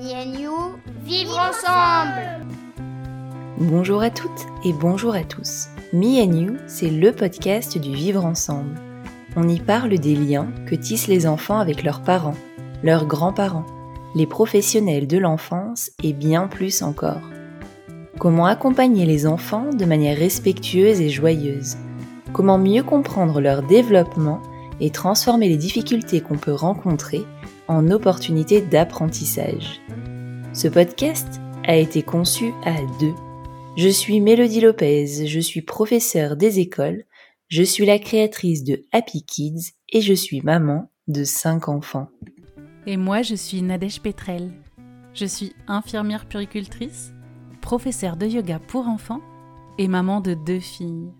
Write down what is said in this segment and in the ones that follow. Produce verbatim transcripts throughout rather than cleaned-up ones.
Me and You, vivre ensemble. Bonjour à toutes et bonjour à tous. Me and You, c'est le podcast du vivre ensemble. On y parle des liens que tissent les enfants avec leurs parents, leurs grands-parents, les professionnels de l'enfance et bien plus encore. Comment accompagner les enfants de manière respectueuse et joyeuse? Comment mieux comprendre leur développement et transformer les difficultés qu'on peut rencontrer en opportunités d'apprentissage? Ce podcast a été conçu à deux. Je suis Mélodie Lopez, je suis professeure des écoles, je suis la créatrice de Happy Kids et je suis maman de cinq enfants. Et moi, je suis Nadège Petrel. Je suis infirmière puéricultrice, professeure de yoga pour enfants et maman de deux filles.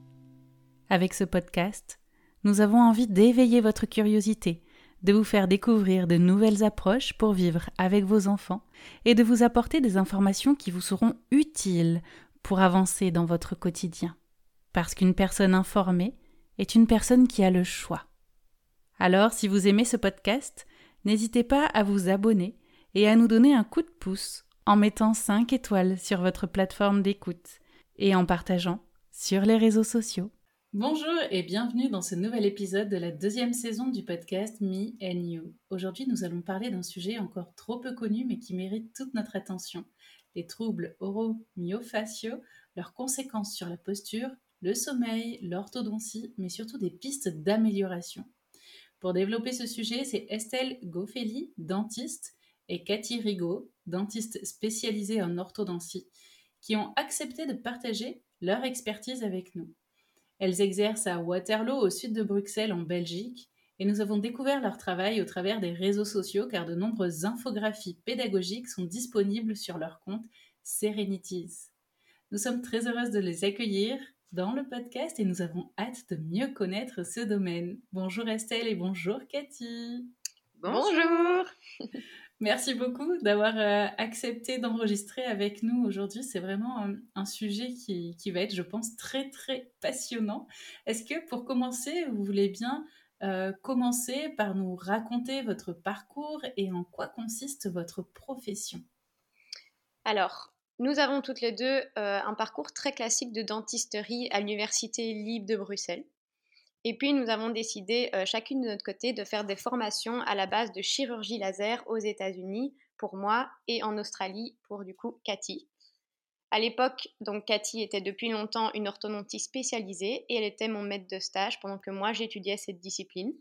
Avec ce podcast, nous avons envie d'éveiller votre curiosité, de vous faire découvrir de nouvelles approches pour vivre avec vos enfants et de vous apporter des informations qui vous seront utiles pour avancer dans votre quotidien. Parce qu'une personne informée est une personne qui a le choix. Alors, si vous aimez ce podcast, n'hésitez pas à vous abonner et à nous donner un coup de pouce en mettant cinq étoiles sur votre plateforme d'écoute et en partageant sur les réseaux sociaux. Bonjour et bienvenue dans ce nouvel épisode de la deuxième saison du podcast Me and You. Aujourd'hui, nous allons parler d'un sujet encore trop peu connu mais qui mérite toute notre attention. Les troubles oro-myofasciaux, leurs conséquences sur la posture, le sommeil, l'orthodontie, mais surtout des pistes d'amélioration. Pour développer ce sujet, c'est Estelle Gaufelli, dentiste, et Cathy Rigaud, dentiste spécialisée en orthodontie, qui ont accepté de partager leur expertise avec nous. Elles exercent à Waterloo, au sud de Bruxelles, en Belgique, et nous avons découvert leur travail au travers des réseaux sociaux car de nombreuses infographies pédagogiques sont disponibles sur leur compte Serenities. Nous sommes très heureuses de les accueillir dans le podcast et nous avons hâte de mieux connaître ce domaine. Bonjour Estelle et bonjour Cathy. Bonjour. Merci beaucoup d'avoir euh, accepté d'enregistrer avec nous aujourd'hui. C'est vraiment un, un sujet qui, qui va être, je pense, très très passionnant. Est-ce que pour commencer, vous voulez bien euh, commencer par nous raconter votre parcours et en quoi consiste votre profession? Alors, nous avons toutes les deux euh, un parcours très classique de dentisterie à l'Université libre de Bruxelles. Et puis, nous avons décidé, euh, chacune de notre côté, de faire des formations à la base de chirurgie laser aux États-Unis pour moi et en Australie pour, du coup, Cathy. À l'époque, donc, Cathy était depuis longtemps une orthodontiste spécialisée et elle était mon maître de stage pendant que moi, j'étudiais cette discipline.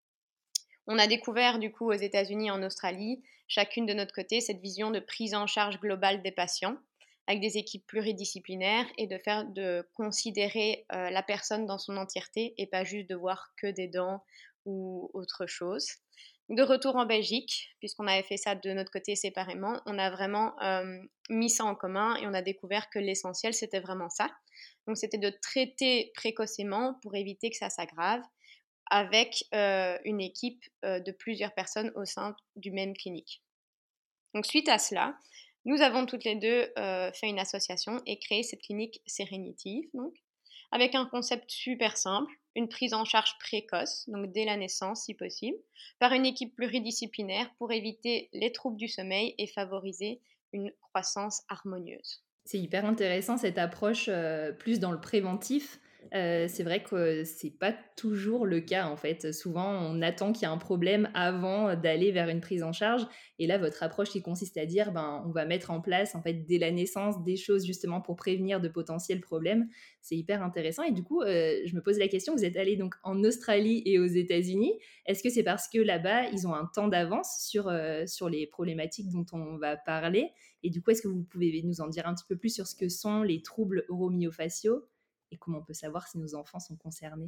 On a découvert, du coup, aux États-Unis et en Australie, chacune de notre côté, cette vision de prise en charge globale des patients avec des équipes pluridisciplinaires et de faire de considérer euh, la personne dans son entièreté et pas juste de voir que des dents ou autre chose. De retour en Belgique, puisqu'on avait fait ça de notre côté séparément, on a vraiment euh, mis ça en commun et on a découvert que l'essentiel, c'était vraiment ça. Donc, c'était de traiter précocement pour éviter que ça s'aggrave avec euh, une équipe euh, de plusieurs personnes au sein du même clinique. Donc, suite à cela, nous avons toutes les deux euh, fait une association et créé cette clinique Serenities, donc, avec un concept super simple, une prise en charge précoce, donc dès la naissance si possible, par une équipe pluridisciplinaire pour éviter les troubles du sommeil et favoriser une croissance harmonieuse. C'est hyper intéressant cette approche euh, plus dans le préventif. Euh, c'est vrai que c'est pas toujours le cas en fait. Souvent, on attend qu'il y ait un problème avant d'aller vers une prise en charge. Et là, votre approche qui consiste à dire, ben, on va mettre en place en fait dès la naissance des choses justement pour prévenir de potentiels problèmes. C'est hyper intéressant. Et du coup, euh, je me pose la question. Vous êtes allé donc en Australie et aux États-Unis. Est-ce que c'est parce que là-bas, ils ont un temps d'avance sur euh, sur les problématiques dont on va parler? Et du coup, est-ce que vous pouvez nous en dire un petit peu plus sur ce que sont les troubles oro-myofasciaux et comment on peut savoir si nos enfants sont concernés?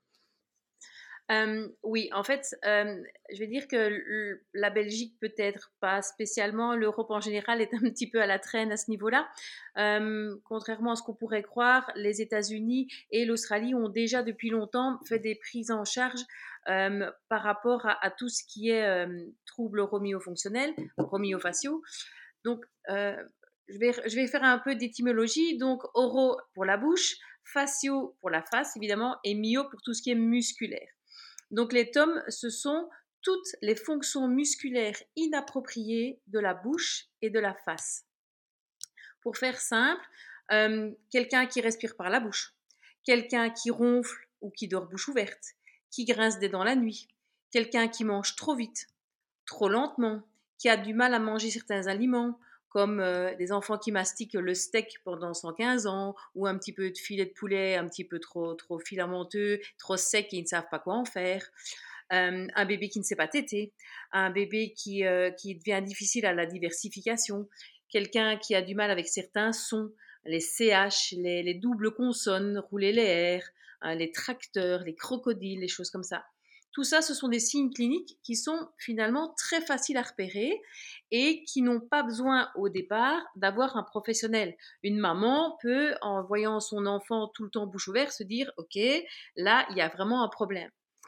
Euh, oui, en fait, euh, je vais dire que l- la Belgique peut-être pas spécialement, l'Europe en général est un petit peu à la traîne à ce niveau-là. Euh, contrairement à ce qu'on pourrait croire, les États-Unis et l'Australie ont déjà depuis longtemps fait des prises en charge euh, par rapport à, à tout ce qui est euh, troubles oro-myofonctionnels, oro-myofasciaux. Donc, euh, je vais, je vais faire un peu d'étymologie. Donc, oro pour la bouche, fascio pour la face, évidemment, et myo pour tout ce qui est musculaire. Donc, les T O M, ce sont toutes les fonctions musculaires inappropriées de la bouche et de la face. Pour faire simple, euh, quelqu'un qui respire par la bouche, quelqu'un qui ronfle ou qui dort bouche ouverte, qui grince des dents la nuit, quelqu'un qui mange trop vite, trop lentement, qui a du mal à manger certains aliments, comme euh, des enfants qui mastiquent le steak pendant cent quinze ans, ou un petit peu de filet de poulet, un petit peu trop, trop filamenteux, trop sec et ils ne savent pas quoi en faire. Euh, un bébé qui ne sait pas téter, un bébé qui, euh, qui devient difficile à la diversification, quelqu'un qui a du mal avec certains sons, les C H, les, les doubles consonnes, rouler les R, hein, les tracteurs, les crocodiles, les choses comme ça. Tout ça, ce sont des signes cliniques qui sont finalement très faciles à repérer et qui n'ont pas besoin au départ d'avoir un professionnel. Une maman peut, en voyant son enfant tout le temps bouche ouverte, se dire « Ok, là, il y a vraiment un problème ».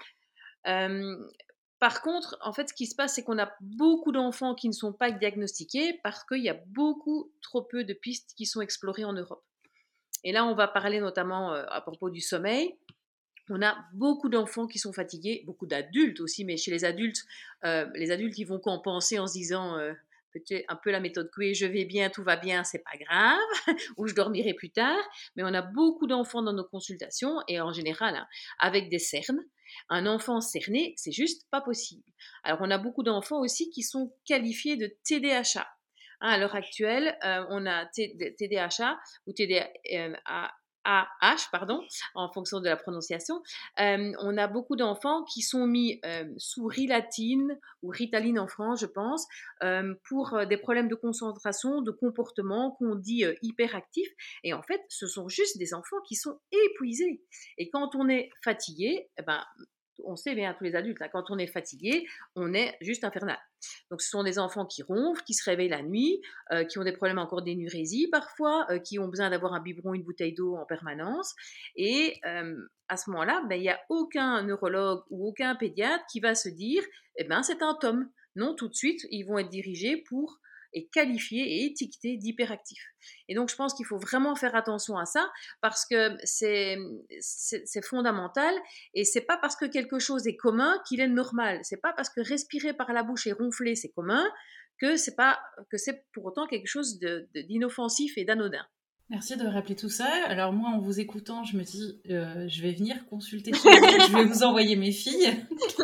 Euh, par contre, en fait, ce qui se passe, c'est qu'on a beaucoup d'enfants qui ne sont pas diagnostiqués parce qu'il y a beaucoup trop peu de pistes qui sont explorées en Europe. Et là, on va parler notamment euh, à propos du sommeil. On a beaucoup d'enfants qui sont fatigués, beaucoup d'adultes aussi, mais chez les adultes, euh, les adultes, ils vont compenser en se disant euh, peut-être un peu la méthode Coué, je vais bien, tout va bien, c'est pas grave, ou je dormirai plus tard. Mais on a beaucoup d'enfants dans nos consultations et en général, hein, avec des cernes. Un enfant cerné, c'est juste pas possible. Alors, on a beaucoup d'enfants aussi qui sont qualifiés de T D A H. Hein, à l'heure actuelle, euh, on a T D A H ou T D A H, pardon, en fonction de la prononciation. Euh, on a beaucoup d'enfants qui sont mis euh, sous Rilatine ou Ritaline en France, je pense, euh, pour des problèmes de concentration, de comportement qu'on dit euh, hyperactifs. Et en fait, ce sont juste des enfants qui sont épuisés. Et quand on est fatigué, eh ben, on sait bien, tous les adultes, hein, quand on est fatigué, on est juste infernal. Donc, ce sont des enfants qui ronflent, qui se réveillent la nuit, euh, qui ont des problèmes encore d'énurésie parfois, euh, qui ont besoin d'avoir un biberon, une bouteille d'eau en permanence. Et euh, à ce moment-là, ben, il n'y a aucun neurologue ou aucun pédiatre qui va se dire « eh ben, c'est un T O M ». Non, tout de suite, ils vont être dirigés pour et qualifiés et étiquetés d'hyperactifs. Et donc, je pense qu'il faut vraiment faire attention à ça parce que c'est, c'est, c'est fondamental et c'est pas parce que quelque chose est commun qu'il est normal. C'est pas parce que respirer par la bouche et ronfler, c'est commun que c'est pas, que c'est pour autant quelque chose de, de, d'inoffensif et d'anodin. Merci de rappeler tout ça. Alors moi, en vous écoutant, je me dis, euh, je vais venir consulter chez vous, je vais vous envoyer mes filles.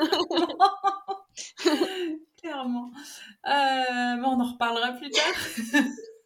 Clairement. Euh, mais on en reparlera plus tard.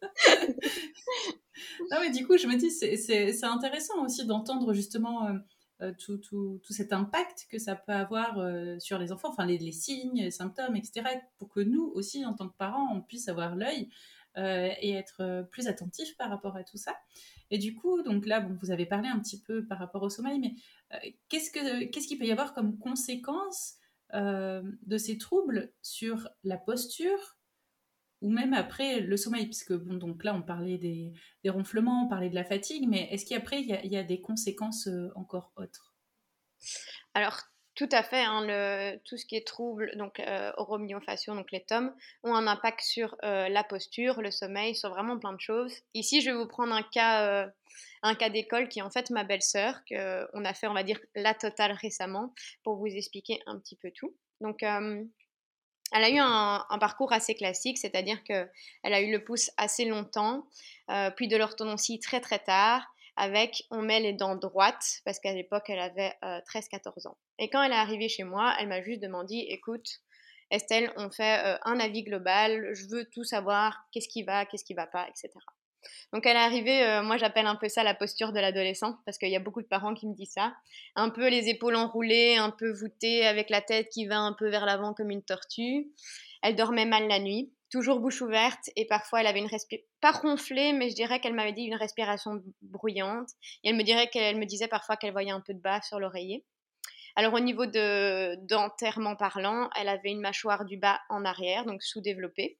Non, mais du coup, je me dis, c'est, c'est, c'est intéressant aussi d'entendre justement euh, euh, tout, tout, tout cet impact que ça peut avoir euh, sur les enfants, enfin les, les signes, les symptômes, et cetera, pour que nous aussi, en tant que parents, on puisse avoir l'œil euh, et être euh, plus attentifs par rapport à tout ça. Et du coup, donc là, bon, vous avez parlé un petit peu par rapport au sommeil, mais euh, qu'est-ce, que, qu'est-ce qu'il peut y avoir comme conséquence euh, de ces troubles sur la posture ou même après le sommeil, puisque bon, donc là on parlait des, des ronflements, on parlait de la fatigue, mais est-ce qu'après il y a, il y a des conséquences euh, encore autres? Alors tout à fait, hein, le, tout ce qui est trouble, donc euh, oromyofaciaux, donc les T O M, ont un impact sur euh, la posture, le sommeil, sur vraiment plein de choses. Ici, je vais vous prendre un cas, euh, un cas d'école qui est en fait ma belle-sœur, qu'on a fait, on va dire, la totale récemment, pour vous expliquer un petit peu tout. Donc, euh, elle a eu un, un parcours assez classique, c'est-à-dire qu'elle a eu le pouce assez longtemps, euh, puis de l'orthodontie très très tard, avec on met les dents droites, parce qu'à l'époque elle avait euh, treize quatorze ans. Et quand elle est arrivée chez moi, elle m'a juste demandé, écoute, Estelle, on fait euh, un avis global, je veux tout savoir, qu'est-ce qui va, qu'est-ce qui va pas, et cetera. Donc elle est arrivée, euh, moi j'appelle un peu ça la posture de l'adolescent, parce qu'il y a beaucoup de parents qui me disent ça. Un peu les épaules enroulées, un peu voûtées, avec la tête qui va un peu vers l'avant comme une tortue. Elle dormait mal la nuit, toujours bouche ouverte, et parfois elle avait une respiration, pas ronflée, mais je dirais qu'elle m'avait dit une respiration bruyante. Et elle me, dirait qu'elle me disait parfois qu'elle voyait un peu de bave sur l'oreiller. Alors au niveau de, dentairement parlant, elle avait une mâchoire du bas en arrière, donc sous-développée,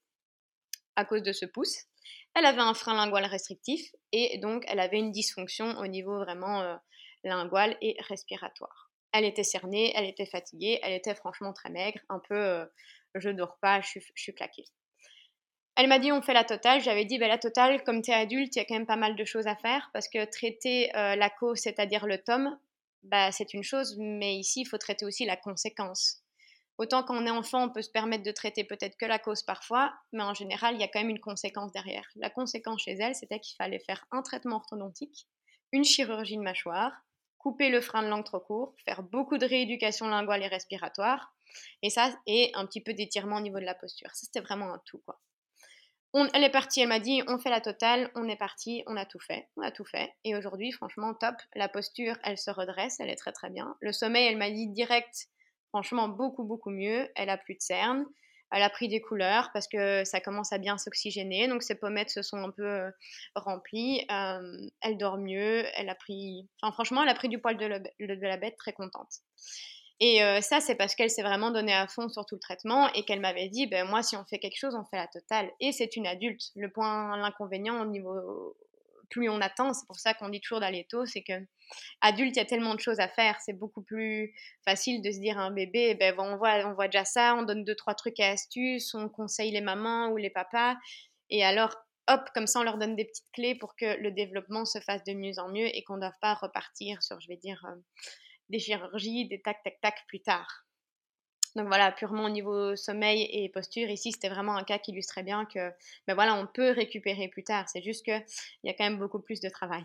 à cause de ce pouce. Elle avait un frein lingual restrictif et donc elle avait une dysfonction au niveau vraiment euh, lingual et respiratoire. Elle était cernée, elle était fatiguée, elle était franchement très maigre, un peu euh, je dors pas, je suis, je suis claquée. Elle m'a dit on fait la totale, j'avais dit ben, la totale, comme tu es adulte, il y a quand même pas mal de choses à faire parce que traiter euh, la cause, c'est-à-dire le T O M, bah, c'est une chose, mais ici il faut traiter aussi la conséquence. autant quand on est enfant, on peut se permettre de traiter peut-être que la cause parfois, mais en général, il y a quand même une conséquence derrière. La conséquence chez elle, c'était qu'il fallait faire un traitement orthodontique, une chirurgie de mâchoire, couper le frein de langue trop court, faire beaucoup de rééducation linguale et respiratoire, et ça, et un petit peu d'étirement au niveau de la posture. Ça, c'était vraiment un tout, quoi. On, elle est partie, elle m'a dit, on fait la totale, on est parti, on a tout fait, on a tout fait. Et aujourd'hui, franchement, top. La posture, elle se redresse, elle est très très bien. Le sommeil, elle m'a dit direct, franchement, beaucoup beaucoup mieux. Elle a plus de cernes, elle a pris des couleurs parce que ça commence à bien s'oxygéner, donc ses pommettes se sont un peu euh, remplies. Euh, elle dort mieux, elle a pris, enfin franchement, elle a pris du poil de, le, de la bête, très contente. Et euh, ça, c'est parce qu'elle s'est vraiment donnée à fond sur tout le traitement et qu'elle m'avait dit, ben moi, si on fait quelque chose, on fait la totale. Et c'est une adulte. Le point, l'inconvénient au niveau, plus on attend, c'est pour ça qu'on dit toujours d'aller tôt, c'est que adulte, il y a tellement de choses à faire. C'est beaucoup plus facile de se dire à un bébé, ben on voit, on voit déjà ça, on donne deux trois trucs et astuces, on conseille les mamans ou les papas, et alors hop, comme ça, on leur donne des petites clés pour que le développement se fasse de mieux en mieux et qu'on ne doive pas repartir sur, je vais dire, euh, des chirurgies, des tac, tac, tac plus tard. Donc voilà, purement au niveau sommeil et posture, ici, c'était vraiment un cas qui illustrait bien que, ben voilà, on peut récupérer plus tard. C'est juste qu'il y a quand même beaucoup plus de travail.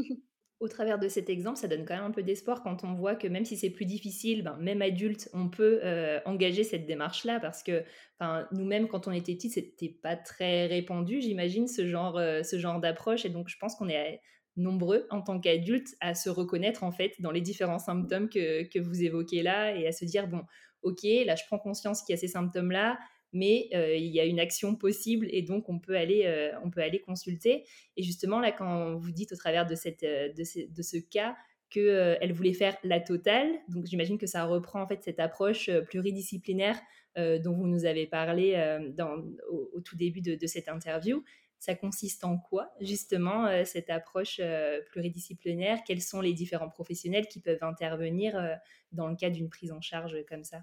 Au travers de cet exemple, ça donne quand même un peu d'espoir quand on voit que même si c'est plus difficile, ben, même adulte, on peut euh, engager cette démarche-là parce que nous-mêmes, quand on était petits, c'était pas très répandu, j'imagine, ce genre, euh, ce genre d'approche. Et donc, je pense qu'on est nombreux en tant qu'adultes à se reconnaître en fait dans les différents symptômes que, que vous évoquez là et à se dire, bon, ok, là, je prends conscience qu'il y a ces symptômes-là, mais euh, il y a une action possible et donc on peut aller, euh, on peut aller consulter. Et justement, là, quand vous dites au travers de, cette, de, ce, de ce cas qu'elle euh, voulait faire la totale, donc j'imagine que ça reprend en fait cette approche euh, pluridisciplinaire euh, dont vous nous avez parlé euh, dans, au, au tout début de, de cette interview. Ça consiste en quoi, justement, euh, cette approche euh, pluridisciplinaire? Quels sont les différents professionnels qui peuvent intervenir euh, dans le cas d'une prise en charge comme ça?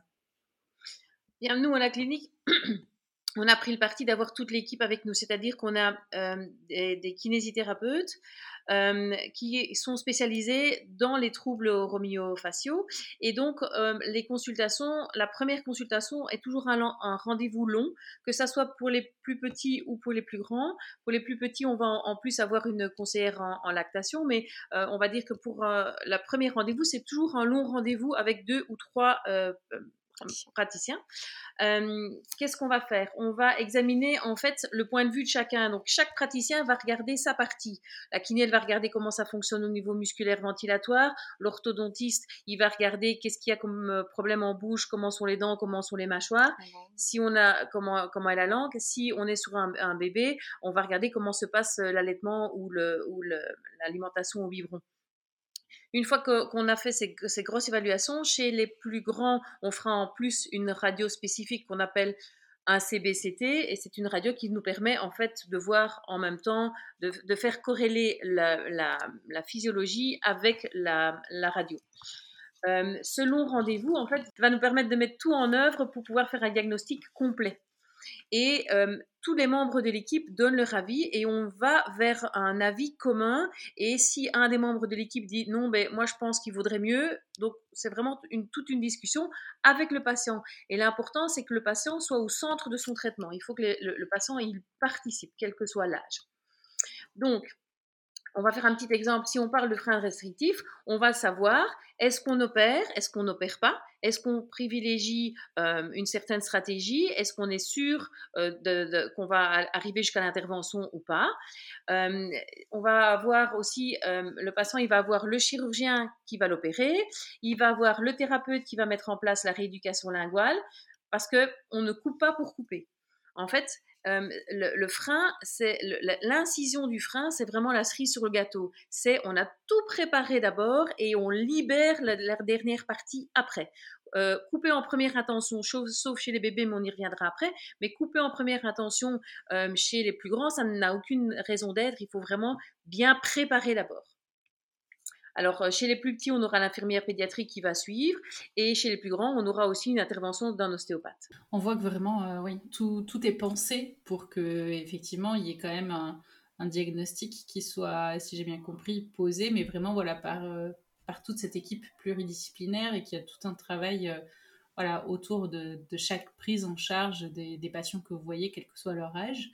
Bien, nous, à la clinique, on a pris le parti d'avoir toute l'équipe avec nous, c'est-à-dire qu'on a euh, des, des kinésithérapeutes euh, qui sont spécialisés dans les troubles oromo-faciaux. Et donc, euh, les consultations, la première consultation est toujours un, un rendez-vous long, que ça soit pour les plus petits ou pour les plus grands. Pour les plus petits, on va en, en plus avoir une conseillère en, en lactation, mais euh, on va dire que pour euh, la première rendez-vous, c'est toujours un long rendez-vous avec deux ou trois euh, praticiens. Euh, qu'est-ce qu'on va faire? On va examiner en fait le point de vue de chacun. Donc chaque praticien va regarder sa partie. La kiné, elle va regarder comment ça fonctionne au niveau musculaire ventilatoire. L'orthodontiste, il va regarder qu'est-ce qu'il y a comme problème en bouche, comment sont les dents, comment sont les mâchoires. Si on a comment comment est la langue. Si on est sur un, un bébé, on va regarder comment se passe l'allaitement ou le ou le, l'alimentation au biberon. Une fois que, qu'on a fait ces, ces grosses évaluations, chez les plus grands, on fera en plus une radio spécifique qu'on appelle un C B C T, et c'est une radio qui nous permet en fait de voir en même temps, de, de faire corréler la, la, la physiologie avec la, la radio. Euh, ce long rendez-vous, en fait, va nous permettre de mettre tout en œuvre pour pouvoir faire un diagnostic complet. Et euh, tous les membres de l'équipe donnent leur avis et on va vers un avis commun. Et si un des membres de l'équipe dit non, ben moi je pense qu'il vaudrait mieux, donc c'est vraiment une, toute une discussion avec le patient. Et l'important, c'est que le patient soit au centre de son traitement. Il faut que le, le, le patient il participe, quel que soit l'âge. Donc, on va faire un petit exemple. Si on parle de frein restrictif, on va savoir est-ce qu'on opère, est-ce qu'on n'opère pas, est-ce qu'on privilégie euh, une certaine stratégie, est-ce qu'on est sûr euh, de, de, qu'on va arriver jusqu'à l'intervention ou pas. Euh, on va avoir aussi, euh, le patient, il va avoir le chirurgien qui va l'opérer, il va avoir le thérapeute qui va mettre en place la rééducation linguale, parce qu'on ne coupe pas pour couper. En fait, Euh, le, le frein, c'est le, l'incision du frein, c'est vraiment la cerise sur le gâteau. C'est on a tout préparé d'abord et on libère la, la dernière partie après. Euh, couper en première intention, sauf, sauf chez les bébés, mais on y reviendra après. Mais couper en première intention euh, chez les plus grands, ça n'a aucune raison d'être. Il faut vraiment bien préparer d'abord. Alors, chez les plus petits, on aura l'infirmière pédiatrique qui va suivre, et chez les plus grands, on aura aussi une intervention d'un ostéopathe. On voit que vraiment, euh, oui, tout, tout est pensé pour qu'effectivement, il y ait quand même un, un diagnostic qui soit, si j'ai bien compris, posé, mais vraiment, voilà, par, euh, par toute cette équipe pluridisciplinaire et qui a tout un travail euh, voilà, autour de, de chaque prise en charge des, des patients que vous voyez, quel que soit leur âge.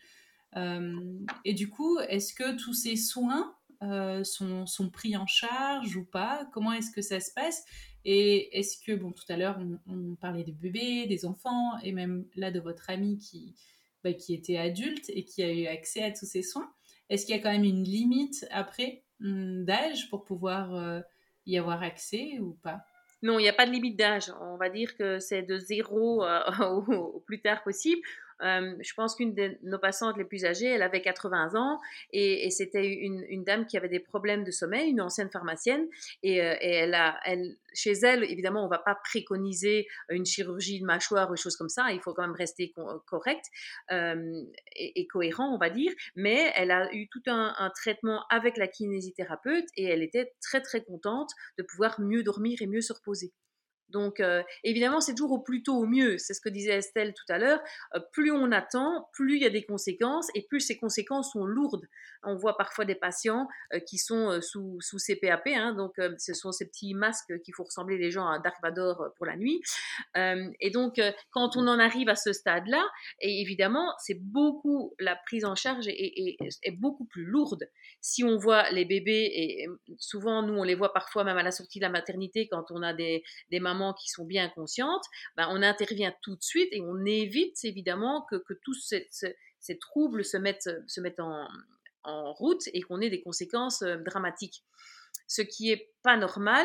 Euh, et du coup, est-ce que tous ces soins euh, sont, sont pris en charge ou pas? Comment est-ce que ça se passe? Et est-ce que, bon, tout à l'heure, on, on parlait des bébés, des enfants, et même là de votre ami qui, bah, qui était adulte et qui a eu accès à tous ces soins. Est-ce qu'il y a quand même une limite après hum, d'âge pour pouvoir euh, y avoir accès ou pas? Non, il n'y a pas de limite d'âge. On va dire que c'est de zéro euh, au, au plus tard possible. Euh, je pense qu'une de nos patientes les plus âgées, elle avait quatre-vingts ans et, et c'était une, une dame qui avait des problèmes de sommeil, une ancienne pharmacienne. Et, euh, et elle a, elle, chez elle, évidemment, on ne va pas préconiser une chirurgie de mâchoire ou des choses comme ça. Il faut quand même rester co- correct euh, et, et cohérent, on va dire. Mais elle a eu tout un, un traitement avec la kinésithérapeute et elle était très, très contente de pouvoir mieux dormir et mieux se reposer. Donc, euh, évidemment, c'est toujours au plus tôt au mieux. C'est ce que disait Estelle tout à l'heure. Euh, plus on attend, plus il y a des conséquences et plus ces conséquences sont lourdes. On voit parfois des patients euh, qui sont euh, sous, sous C P A P, hein, donc euh, ce sont ces petits masques qui font ressembler les gens à Dark Vador pour la nuit. Euh, et donc, euh, quand on en arrive à ce stade-là, et évidemment, c'est beaucoup, la prise en charge est, est, est, est beaucoup plus lourde. Si on voit les bébés, et souvent, nous, on les voit parfois même à la sortie de la maternité quand on a des, des mamans qui sont bien conscientes, ben on intervient tout de suite et on évite évidemment que, que tous ces, ces, ces troubles se mettent, se mettent en, en route et qu'on ait des conséquences euh, dramatiques. Ce qui n'est pas normal,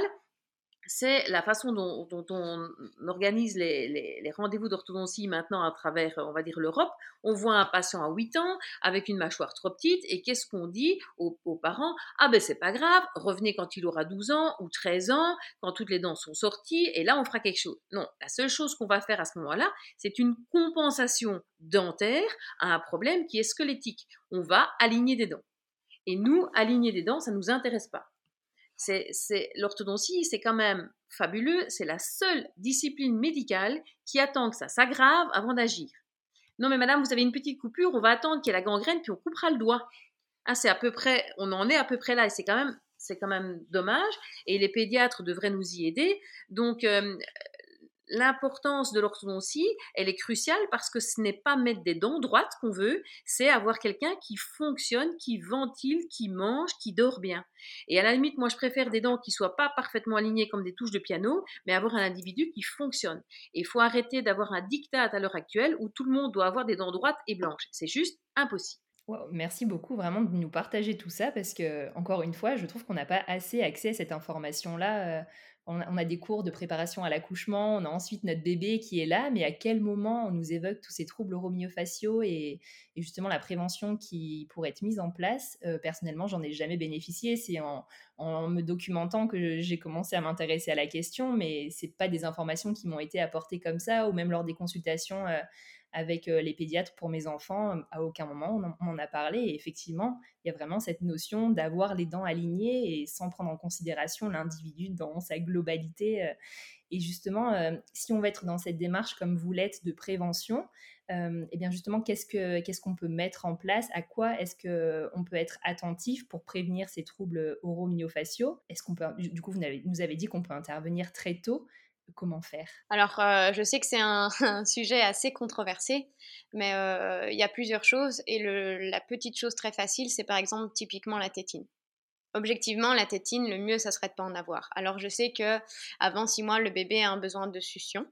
c'est la façon dont, dont on organise les, les, les rendez-vous d'orthodontie maintenant à travers, on va dire, l'Europe. On voit un patient à huit ans avec une mâchoire trop petite et qu'est-ce qu'on dit aux, aux parents? Ah ben c'est pas grave, revenez quand il aura douze ans ou treize ans, quand toutes les dents sont sorties et là on fera quelque chose. Non, la seule chose qu'on va faire à ce moment-là, c'est une compensation dentaire à un problème qui est squelettique. On va aligner des dents. Et nous, aligner des dents, ça ne nous intéresse pas. C'est, c'est, l'orthodontie, c'est quand même fabuleux. C'est la seule discipline médicale qui attend que ça s'aggrave avant d'agir. Non, mais madame, vous avez une petite coupure, on va attendre qu'il y ait la gangrène, puis on coupera le doigt. Ah, c'est à peu près, on en est à peu près là, et c'est quand même, c'est quand même dommage. Et les pédiatres devraient nous y aider. Donc, euh, l'importance de l'orthodontie, elle est cruciale parce que ce n'est pas mettre des dents droites qu'on veut, c'est avoir quelqu'un qui fonctionne, qui ventile, qui mange, qui dort bien. Et à la limite, moi, je préfère des dents qui soient pas parfaitement alignées comme des touches de piano, mais avoir un individu qui fonctionne. Et il faut arrêter d'avoir un diktat à l'heure actuelle où tout le monde doit avoir des dents droites et blanches. C'est juste impossible. Wow, merci beaucoup vraiment de nous partager tout ça parce que, encore une fois, je trouve qu'on n'a pas assez accès à cette information-là. Euh, on, a, on a des cours de préparation à l'accouchement, on a ensuite notre bébé qui est là, mais à quel moment on nous évoque tous ces troubles oro-myofasciaux et, et justement la prévention qui pourrait être mise en place? euh, Personnellement, j'en ai jamais bénéficié. C'est en, en me documentant que j'ai commencé à m'intéresser à la question, mais c'est pas des informations qui m'ont été apportées comme ça ou même lors des consultations euh, avec euh, les pédiatres pour mes enfants, à aucun moment on en, on en a parlé. Et effectivement, il y a vraiment cette notion d'avoir les dents alignées et sans prendre en considération l'individu dans sa globalité. Et justement, euh, si on va être dans cette démarche comme vous l'êtes de prévention, euh, et bien justement, qu'est-ce, que, qu'est-ce qu'on peut mettre en place? À quoi est-ce qu'on peut être attentif pour prévenir ces troubles oro-myofasciaux? Est-ce qu'on peut, du coup, vous nous avez dit qu'on peut intervenir très tôt. Comment faire? Alors, euh, je sais que c'est un, un sujet assez controversé, mais euh, il y a plusieurs choses. Et le, la petite chose très facile, c'est par exemple typiquement la tétine. Objectivement, la tétine, le mieux, ça serait de pas en avoir. Alors, je sais que avant six mois, le bébé a un besoin de succion.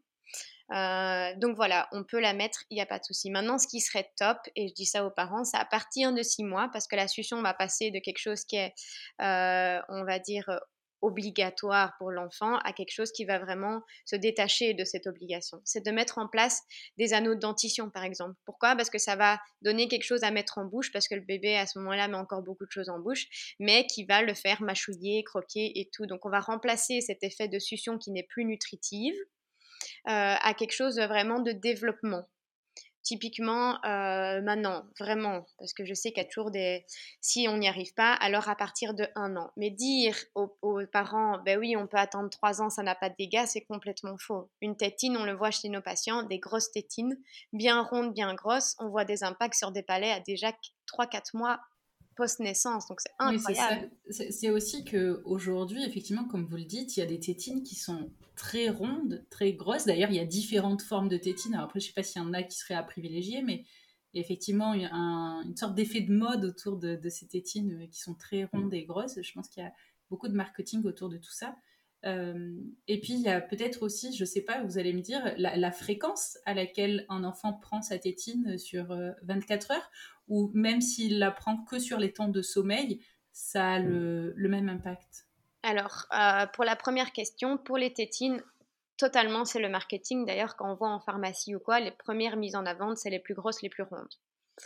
Euh, donc voilà, on peut la mettre, il n'y a pas de souci. Maintenant, ce qui serait top, et je dis ça aux parents, c'est à partir de six mois, parce que la succion va passer de quelque chose qui est, euh, on va dire, obligatoire pour l'enfant à quelque chose qui va vraiment se détacher de cette obligation. C'est de mettre en place des anneaux de dentition, par exemple. Pourquoi? Parce que ça va donner quelque chose à mettre en bouche, parce que le bébé, à ce moment-là, met encore beaucoup de choses en bouche, mais qui va le faire mâchouiller, croquer et tout. Donc, on va remplacer cet effet de succion qui n'est plus nutritive euh, à quelque chose de vraiment de développement. Typiquement, euh, maintenant, vraiment, parce que je sais qu'il y a toujours des... Si on n'y arrive pas, alors à partir de un an. Mais dire aux, aux parents, ben oui, on peut attendre trois ans, ça n'a pas de dégâts, c'est complètement faux. Une tétine, on le voit chez nos patients, des grosses tétines, bien rondes, bien grosses, on voit des impacts sur des palais à déjà trois quatre mois post-naissance, donc c'est Oui, c'est ça. incroyable. C'est, c'est aussi qu'aujourd'hui, effectivement, comme vous le dites, il y a des tétines qui sont très rondes, très grosses. D'ailleurs, il y a différentes formes de tétines. Alors après, je ne sais pas s'il y en a qui seraient à privilégier, mais il y a effectivement il y a un- une sorte d'effet de mode autour de, de ces tétines euh, qui sont très rondes et grosses. Je pense qu'il y a beaucoup de marketing autour de tout ça. Euh, et puis, il y a peut-être aussi, je ne sais pas, vous allez me dire, la, la fréquence à laquelle un enfant prend sa tétine sur euh, vingt-quatre heures, ou même s'il la prend que sur les temps de sommeil, ça a le, le même impact. Alors, euh, pour la première question, pour les tétines, totalement, c'est le marketing. D'ailleurs, quand on voit en pharmacie ou quoi, les premières mises en avant, c'est les plus grosses, les plus rondes.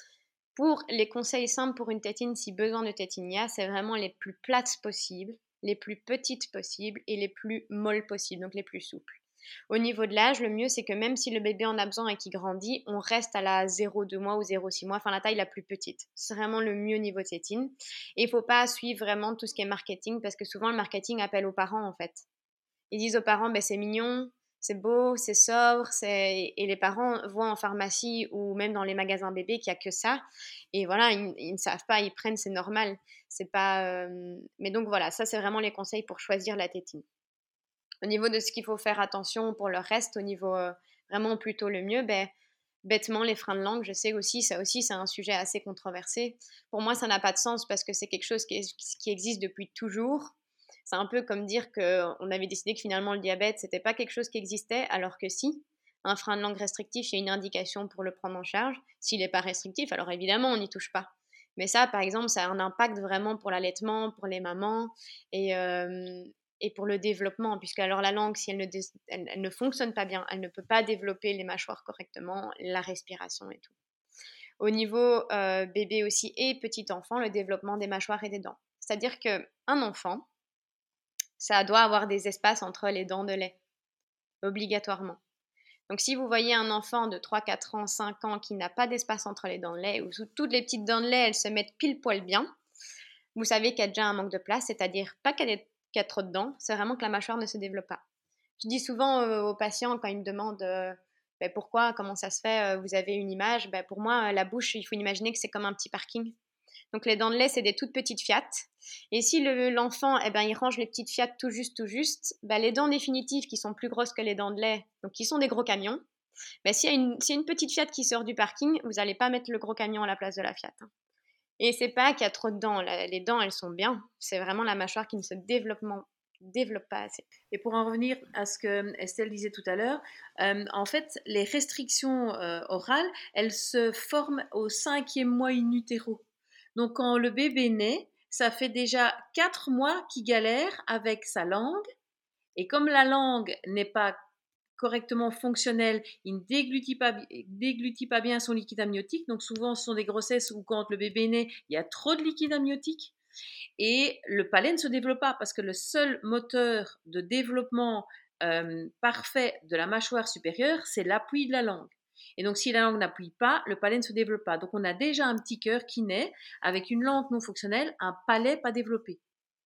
Pour les conseils simples pour une tétine, si besoin de tétine il y a, c'est vraiment les plus plates possibles, les plus petites possibles et les plus molles possibles, donc les plus souples. Au niveau de l'âge, le mieux c'est que même si le bébé en a besoin et qu'il grandit, on reste à la zéro virgule deux mois ou zéro virgule six mois, enfin la taille la plus petite. C'est vraiment le mieux niveau de tétine. Et il ne faut pas suivre vraiment tout ce qui est marketing parce que souvent le marketing appelle aux parents en fait. Ils disent aux parents, ben, c'est mignon, c'est beau, c'est sobre, c'est... et les parents voient en pharmacie ou même dans les magasins bébés qu'il n'y a que ça. Et voilà, ils, ils ne savent pas, ils prennent, c'est normal. C'est pas, euh... Mais donc voilà, ça c'est vraiment les conseils pour choisir la tétine. Au niveau de ce qu'il faut faire attention pour le reste, au niveau euh, vraiment plutôt le mieux, ben, bêtement les freins de langue, je sais aussi, ça aussi c'est un sujet assez controversé. Pour moi, ça n'a pas de sens parce que c'est quelque chose qui, est, qui existe depuis toujours. C'est un peu comme dire qu'on avait décidé que finalement le diabète, c'était pas quelque chose qui existait, alors que si. Un frein de langue restrictif, il y a une indication pour le prendre en charge. S'il n'est pas restrictif, alors évidemment, on n'y touche pas. Mais ça, par exemple, ça a un impact vraiment pour l'allaitement, pour les mamans et, euh, et pour le développement, puisque alors la langue, si elle ne, dé- elle, elle ne fonctionne pas bien, elle ne peut pas développer les mâchoires correctement, la respiration et tout. Au niveau euh, bébé aussi et petit enfant, le développement des mâchoires et des dents. C'est-à-dire qu'un enfant, ça doit avoir des espaces entre les dents de lait, obligatoirement. Donc si vous voyez un enfant de trois, quatre ans, cinq ans qui n'a pas d'espace entre les dents de lait, ou toutes les petites dents de lait, elles se mettent pile poil bien, vous savez qu'il y a déjà un manque de place, c'est-à-dire pas qu'il y a, qu'il y a trop de dents, c'est vraiment que la mâchoire ne se développe pas. Je dis souvent euh, aux patients quand ils me demandent euh, ben pourquoi, comment ça se fait, euh, vous avez une image, ben pour moi, euh, la bouche, il faut imaginer que c'est comme un petit parking. Donc les dents de lait, c'est des toutes petites fiattes. Et si le, l'enfant, eh ben, il range les petites fiattes tout juste, tout juste, ben, les dents définitives qui sont plus grosses que les dents de lait, donc qui sont des gros camions, ben, s'il y a une, s'il y a une petite fiatte qui sort du parking, vous n'allez pas mettre le gros camion à la place de la fiatte. Et c'est pas qu'il y a trop de dents, les dents, elles sont bien. C'est vraiment la mâchoire qui ne se développe, développe pas assez. Et pour en revenir à ce que Estelle disait tout à l'heure, euh, en fait, les restrictions euh, orales, elles se forment au cinquième mois in utero. Donc, quand le bébé naît, ça fait déjà quatre mois qu'il galère avec sa langue. Et comme la langue n'est pas correctement fonctionnelle, il ne déglutit pas, déglutit pas bien son liquide amniotique. Donc, souvent, ce sont des grossesses où, quand le bébé naît, il y a trop de liquide amniotique. Et le palais ne se développe pas parce que le seul moteur de développement euh, parfait de la mâchoire supérieure, c'est l'appui de la langue. Et donc, si la langue n'appuie pas, le palais ne se développe pas. Donc, on a déjà un petit cœur qui naît avec une langue non fonctionnelle, un palais pas développé.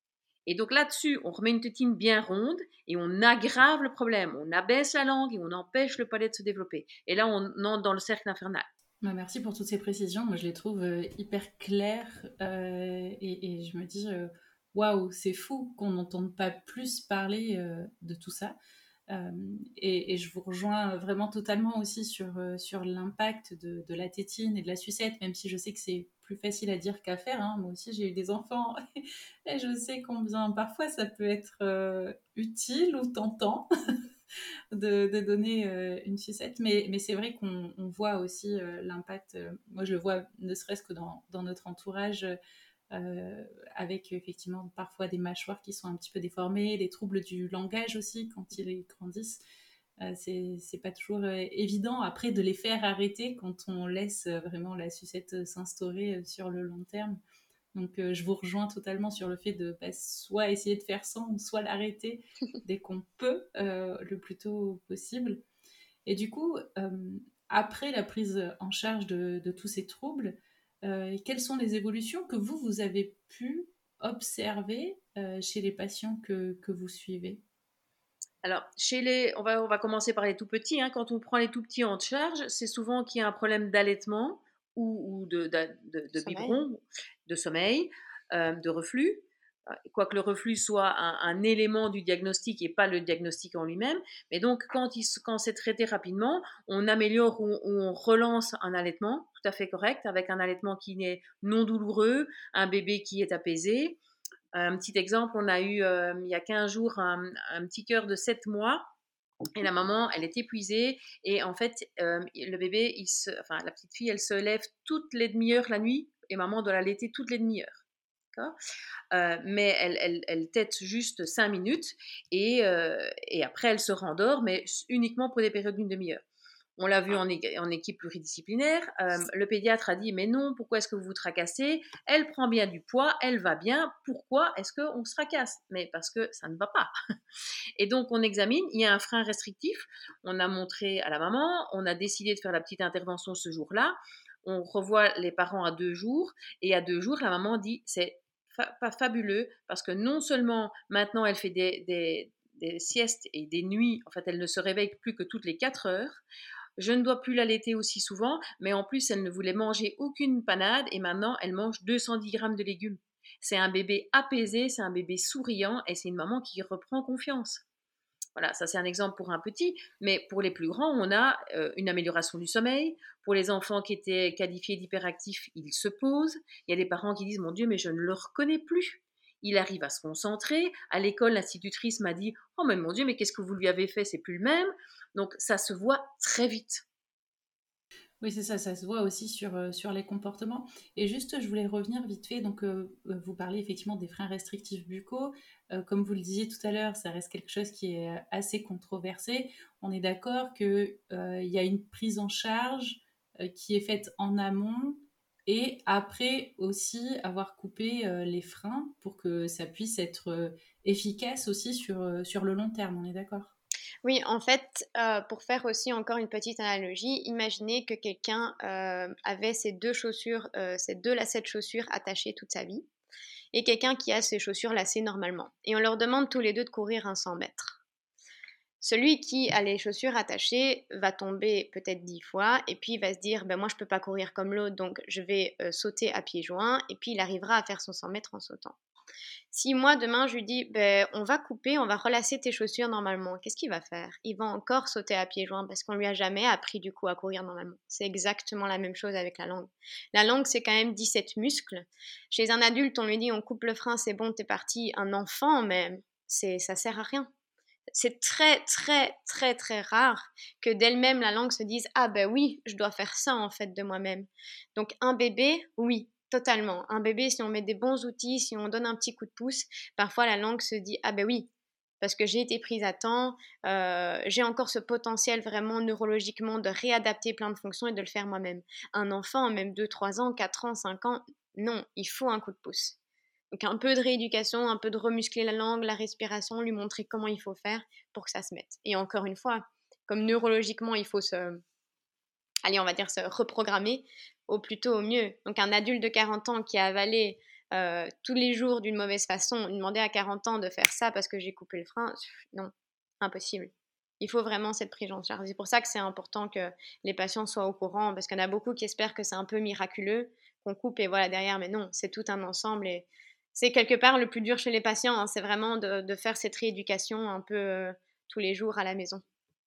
Et donc là-dessus, on remet une tétine bien ronde et on aggrave le problème. On abaisse la langue et on empêche le palais de se développer. Et là, on entre dans le cercle infernal. Bah, merci pour toutes ces précisions. Moi, je les trouve euh, hyper claires euh, et, et je me dis, waouh, wow, c'est fou qu'on n'entende pas plus parler euh, de tout ça. Euh, et, et je vous rejoins vraiment totalement aussi sur, euh, sur l'impact de, de la tétine et de la sucette, même si je sais que c'est plus facile à dire qu'à faire. Hein. Moi aussi, j'ai eu des enfants et je sais combien parfois ça peut être euh, utile ou tentant. De, de donner euh, une sucette, mais, mais c'est vrai qu'on on voit aussi euh, l'impact, euh, moi je le vois ne serait-ce que dans, dans notre entourage, euh, avec effectivement parfois des mâchoires qui sont un petit peu déformées, des troubles du langage aussi quand ils grandissent, euh, c'est, c'est pas toujours euh, évident après de les faire arrêter quand on laisse euh, vraiment la sucette s'instaurer euh, sur le long terme. Donc, euh, je vous rejoins totalement sur le fait de bah, soit essayer de faire sans, soit l'arrêter dès qu'on peut, euh, le plus tôt possible. Et du coup, euh, après la prise en charge de, de tous ces troubles, euh, quelles sont les évolutions que vous, vous avez pu observer euh, chez les patients que, que vous suivez ? Alors, chez les, on va, on va commencer par les tout petits. Hein. Quand on prend les tout petits en charge, c'est souvent qu'il y a un problème d'allaitement ou, ou de, de, de, de biberon, de sommeil, euh, de reflux, quoique le reflux soit un, un élément du diagnostic et pas le diagnostic en lui-même. Mais donc, quand, il, quand c'est traité rapidement, on améliore ou on relance un allaitement tout à fait correct, avec un allaitement qui n'est non douloureux, un bébé qui est apaisé. Un petit exemple, on a eu euh, il y a quinze jours un, un petit cœur de sept mois. Et la maman, elle est épuisée et en fait, euh, le bébé, il se, enfin la petite fille, elle se lève toutes les demi-heures la nuit et maman doit l'allaiter toutes les demi-heures. Euh, mais elle, elle, elle tète juste cinq minutes et, euh, et après elle se rendort, mais uniquement pour des périodes d'une demi-heure. On l'a vu en, en équipe pluridisciplinaire, euh, le pédiatre a dit mais non, pourquoi est-ce que vous vous tracassez? Elle prend bien du poids, elle va bien, pourquoi est-ce qu'on se tracasse? Mais parce que ça ne va pas. Et donc on examine, il y a un frein restrictif, on a montré à la maman, on a décidé de faire la petite intervention ce jour-là, on revoit les parents à deux jours, et à deux jours la maman dit c'est fa- pas fabuleux, parce que non seulement maintenant elle fait des, des, des siestes et des nuits, en fait elle ne se réveille plus que toutes les quatre heures, je ne dois plus l'allaiter aussi souvent, mais en plus elle ne voulait manger aucune panade, et maintenant elle mange deux cent dix grammes de légumes. C'est un bébé apaisé, c'est un bébé souriant, et c'est une maman qui reprend confiance. Voilà, ça c'est un exemple pour un petit, mais pour les plus grands, on a euh, une amélioration du sommeil. Pour les enfants qui étaient qualifiés d'hyperactifs, ils se posent. Il y a des parents qui disent « Mon Dieu, mais je ne le reconnais plus ». Il arrive à se concentrer. À l'école, l'institutrice m'a dit « Oh, mais mon Dieu, mais qu'est-ce que vous lui avez fait? C'est plus le même ». Donc, ça se voit très vite. Oui, c'est ça, ça se voit aussi sur, euh, sur les comportements. Et juste, je voulais revenir vite fait. Donc, euh, vous parlez effectivement des freins restrictifs buccaux. Euh, comme vous le disiez tout à l'heure, ça reste quelque chose qui est assez controversé. On est d'accord qu'il euh, y a une prise en charge euh, qui est faite en amont et après aussi avoir coupé euh, les freins pour que ça puisse être euh, efficace aussi sur, euh, sur le long terme. On est d'accord? Oui, en fait, euh, pour faire aussi encore une petite analogie, imaginez que quelqu'un euh, avait ses deux chaussures, euh, ses deux lacets de chaussures attachés toute sa vie, et quelqu'un qui a ses chaussures lacées normalement. Et on leur demande tous les deux de courir un cent mètres. Celui qui a les chaussures attachées va tomber peut-être dix fois, et puis il va se dire, ben moi je peux pas courir comme l'autre, donc je vais euh, sauter à pieds joints, et puis il arrivera à faire son cent mètres en sautant. Si moi, demain, je lui dis, ben, on va couper, on va relacer tes chaussures normalement, qu'est-ce qu'il va faire? Il va encore sauter à pieds joints parce qu'on lui a jamais appris du coup à courir normalement. C'est exactement la même chose avec la langue. La langue, c'est quand même dix-sept muscles. Chez un adulte, on lui dit, on coupe le frein, c'est bon, t'es parti. Un enfant même, c'est, ça sert à rien. C'est très, très, très, très rare que d'elle-même, la langue se dise, ah ben oui, je dois faire ça en fait de moi-même. Donc un bébé, oui, totalement. Un bébé, si on met des bons outils, si on donne un petit coup de pouce, parfois la langue se dit « Ah ben oui, parce que j'ai été prise à temps, euh, j'ai encore ce potentiel vraiment neurologiquement de réadapter plein de fonctions et de le faire moi-même. » Un enfant, même deux, trois ans, quatre ans, cinq ans, non, il faut un coup de pouce. Donc un peu de rééducation, un peu de remuscler la langue, la respiration, lui montrer comment il faut faire pour que ça se mette. Et encore une fois, comme neurologiquement, il faut se... allez, on va dire se reprogrammer, au plus tôt au mieux. Donc un adulte de quarante ans qui a avalé euh, tous les jours d'une mauvaise façon, demander à quarante ans de faire ça parce que j'ai coupé le frein, non, impossible. Il faut vraiment cette prise en charge. C'est pour ça que c'est important que les patients soient au courant, parce qu'il y en a beaucoup qui espèrent que c'est un peu miraculeux, qu'on coupe et voilà derrière, mais non, c'est tout un ensemble et c'est quelque part le plus dur chez les patients, hein, c'est vraiment de, de faire cette rééducation un peu euh, tous les jours à la maison.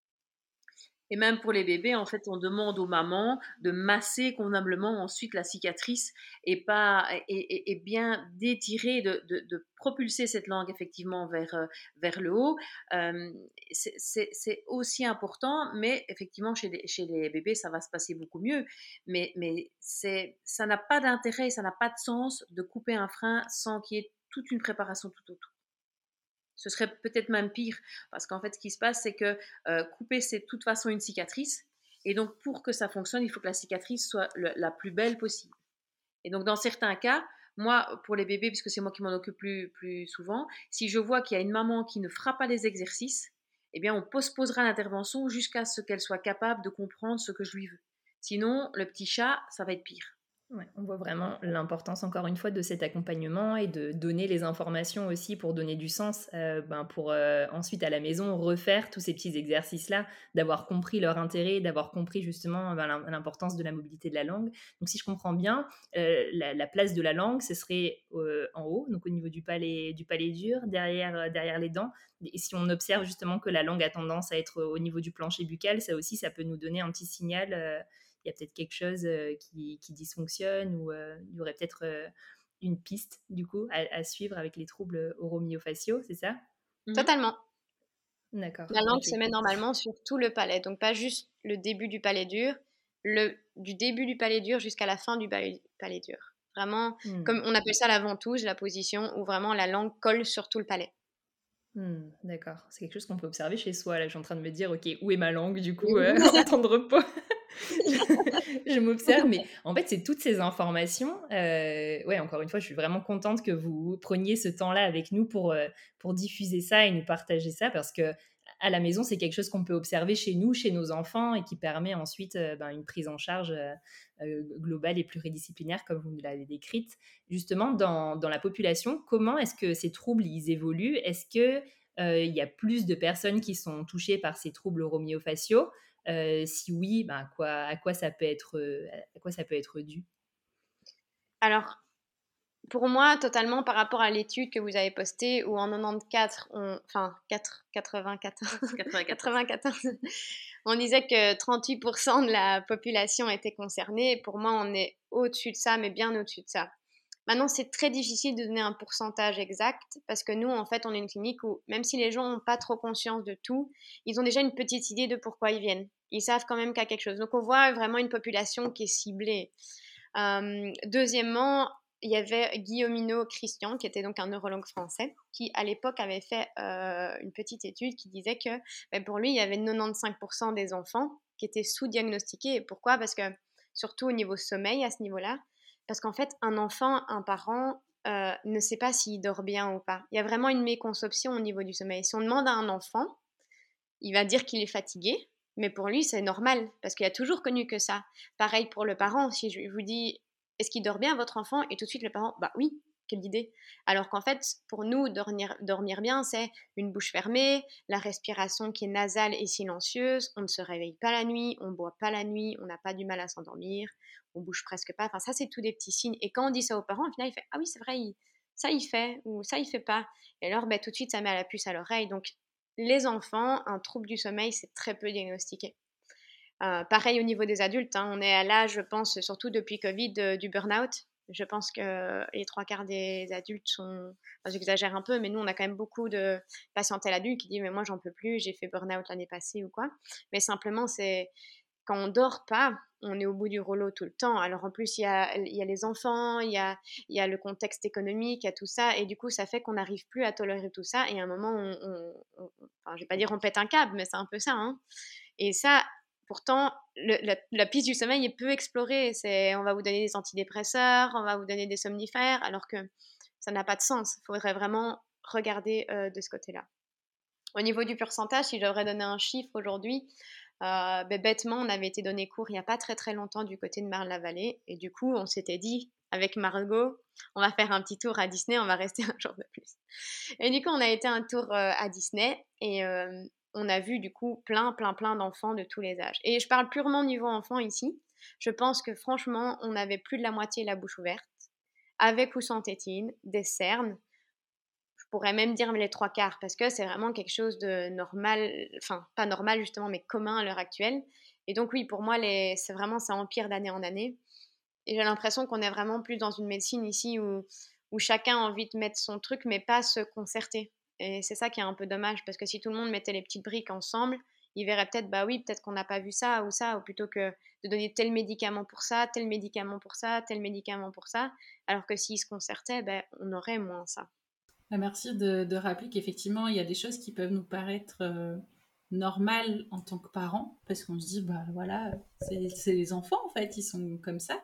Et même pour les bébés, en fait, on demande aux mamans de masser convenablement ensuite la cicatrice et, pas, et, et, et bien d'étirer, de, de, de propulser cette langue effectivement vers, vers le haut. Euh, c'est, c'est, c'est aussi important, mais effectivement, chez les, chez les bébés, ça va se passer beaucoup mieux. Mais, mais c'est, ça n'a pas d'intérêt, ça n'a pas de sens de couper un frein sans qu'il y ait toute une préparation tout autour. Ce serait peut-être même pire, parce qu'en fait, ce qui se passe, c'est que euh, couper, c'est de toute façon une cicatrice. Et donc, pour que ça fonctionne, il faut que la cicatrice soit le, la plus belle possible. Et donc, dans certains cas, moi, pour les bébés, puisque c'est moi qui m'en occupe plus, plus souvent, si je vois qu'il y a une maman qui ne fera pas les exercices, eh bien, on postposera l'intervention jusqu'à ce qu'elle soit capable de comprendre ce que je lui veux. Sinon, le petit chat, ça va être pire. Ouais, on voit vraiment l'importance, encore une fois, de cet accompagnement et de donner les informations aussi pour donner du sens, euh, ben pour euh, ensuite à la maison refaire tous ces petits exercices-là, d'avoir compris leur intérêt, d'avoir compris justement ben, l'im- l'importance de la mobilité de la langue. Donc si je comprends bien, euh, la, la place de la langue, ce serait euh, en haut, donc au niveau du palais, du palais dur, derrière, euh, derrière les dents. Et si on observe justement que la langue a tendance à être au niveau du plancher buccal, ça aussi, ça peut nous donner un petit signal. Euh, il y a peut-être quelque chose euh, qui, qui dysfonctionne ou euh, il y aurait peut-être euh, une piste du coup à, à suivre avec les troubles oromyofasciaux, c'est ça? Mhm. Totalement. D'accord, La langue ok. se met normalement sur tout le palais, donc pas juste le début du palais dur, le, du début du palais dur jusqu'à la fin du palais, palais dur. Vraiment, Hmm. comme on appelle ça la ventouse, la position où vraiment la langue colle sur tout le palais. Hmm, d'accord, c'est quelque chose qu'on peut observer chez soi. Là, je suis en train de me dire, ok, où est ma langue du coup euh, en temps de repos? je, je m'observe, mais en fait, c'est toutes ces informations. Euh, ouais, encore une fois, je suis vraiment contente que vous preniez ce temps-là avec nous pour, euh, pour diffuser ça et nous partager ça, parce que à la maison, c'est quelque chose qu'on peut observer chez nous, chez nos enfants, et qui permet ensuite euh, ben, une prise en charge euh, euh, globale et pluridisciplinaire, comme vous me l'avez décrite. Justement, dans, dans la population, comment est-ce que ces troubles ils évoluent? Est-ce que euh, il y a plus de personnes qui sont touchées par ces troubles oromyofasciaux? Euh, si oui, ben à, quoi, à, quoi ça peut être, à quoi ça peut être dû? Alors, pour moi, totalement par rapport à l'étude que vous avez postée, où en quatre-vingt-quatorze, on, enfin quatre, quatre-vingt-quatorze, quatre-vingt-quatorze. quatre-vingt-quatorze, on disait que trente-huit pour cent de la population était concernée. Pour moi, on est au-dessus de ça, mais bien au-dessus de ça. Maintenant, c'est très difficile de donner un pourcentage exact parce que nous, en fait, on est une clinique où, même si les gens n'ont pas trop conscience de tout, ils ont déjà une petite idée de pourquoi ils viennent. Ils savent quand même qu'il y a quelque chose. Donc, on voit vraiment une population qui est ciblée. Euh, deuxièmement, il y avait Guillaumino Christian, qui était donc un neurologue français, qui à l'époque avait fait euh, une petite étude qui disait que ben, pour lui, il y avait quatre-vingt-quinze pour cent des enfants qui étaient sous-diagnostiqués. Et pourquoi? Parce que, surtout au niveau sommeil, à ce niveau-là, parce qu'en fait, un enfant, un parent, euh, ne sait pas s'il dort bien ou pas. Il y a vraiment une méconception au niveau du sommeil. Si on demande à un enfant, il va dire qu'il est fatigué, mais pour lui, c'est normal, parce qu'il a toujours connu que ça. Pareil pour le parent, si je vous dis, est-ce qu'il dort bien votre enfant? Et tout de suite, le parent, bah oui, quelle idée. Alors qu'en fait, pour nous, dormir, dormir bien, c'est une bouche fermée, la respiration qui est nasale et silencieuse, on ne se réveille pas la nuit, on ne boit pas la nuit, on n'a pas du mal à s'endormir, on bouge presque pas. Enfin, ça, c'est tous des petits signes. Et quand on dit ça aux parents, au final, il fait, ah oui, c'est vrai, il, ça, il fait, ou ça, il fait pas. Et alors, bah, tout de suite, ça met à la puce à l'oreille. Donc, les enfants, un trouble du sommeil, c'est très peu diagnostiqué. Euh, pareil au niveau des adultes, hein, on est à l'âge, je pense, surtout depuis Covid, de, du burn-out. Je pense que les trois quarts des adultes sont, enfin, j'exagère un peu, mais nous, on a quand même beaucoup de patientèle adulte qui dit, mais moi, j'en peux plus, j'ai fait burn-out l'année passée ou quoi. Mais simplement, c'est quand on dort pas, on est au bout du rouleau tout le temps. Alors en plus, il y a, il y a les enfants, il y a, il y a le contexte économique, il y a tout ça, et du coup, ça fait qu'on n'arrive plus à tolérer tout ça. Et à un moment, on, on, on, enfin, je vais pas dire on pète un câble, mais c'est un peu ça. Hein. Et ça, pourtant, le, la, la piste du sommeil est peu explorée. C'est, on va vous donner des antidépresseurs, on va vous donner des somnifères, alors que ça n'a pas de sens. Il faudrait vraiment regarder euh, de ce côté-là. Au niveau du pourcentage, si je devrais donner un chiffre aujourd'hui, euh, ben, bêtement, on avait été donné cours il n'y a pas très très longtemps du côté de Marne-la-Vallée. Et du coup, on s'était dit, avec Margot, on va faire un petit tour à Disney, on va rester un jour de plus. Et du coup, on a été un tour euh, à Disney et euh, on a vu du coup plein, plein, plein d'enfants de tous les âges. Et je parle purement niveau enfant ici. Je pense que franchement, on avait plus de la moitié la bouche ouverte, avec ou sans tétine, des cernes. Je pourrais même dire les trois quarts, parce que c'est vraiment quelque chose de normal, enfin pas normal justement, mais commun à l'heure actuelle. Et donc oui, pour moi, les, c'est vraiment, ça empire d'année en année. Et j'ai l'impression qu'on est vraiment plus dans une médecine ici où, où chacun a envie de mettre son truc, mais pas se concerter. Et c'est ça qui est un peu dommage, parce que si tout le monde mettait les petites briques ensemble, ils verraient peut-être, bah oui, peut-être qu'on n'a pas vu ça ou ça, ou plutôt que de donner tel médicament pour ça, tel médicament pour ça, tel médicament pour ça, alors que s'ils se concertaient, ben, on aurait moins ça. Merci de, de rappeler qu'effectivement, il y a des choses qui peuvent nous paraître euh, normales en tant que parents, parce qu'on se dit, bah voilà, c'est, c'est les enfants en fait, ils sont comme ça.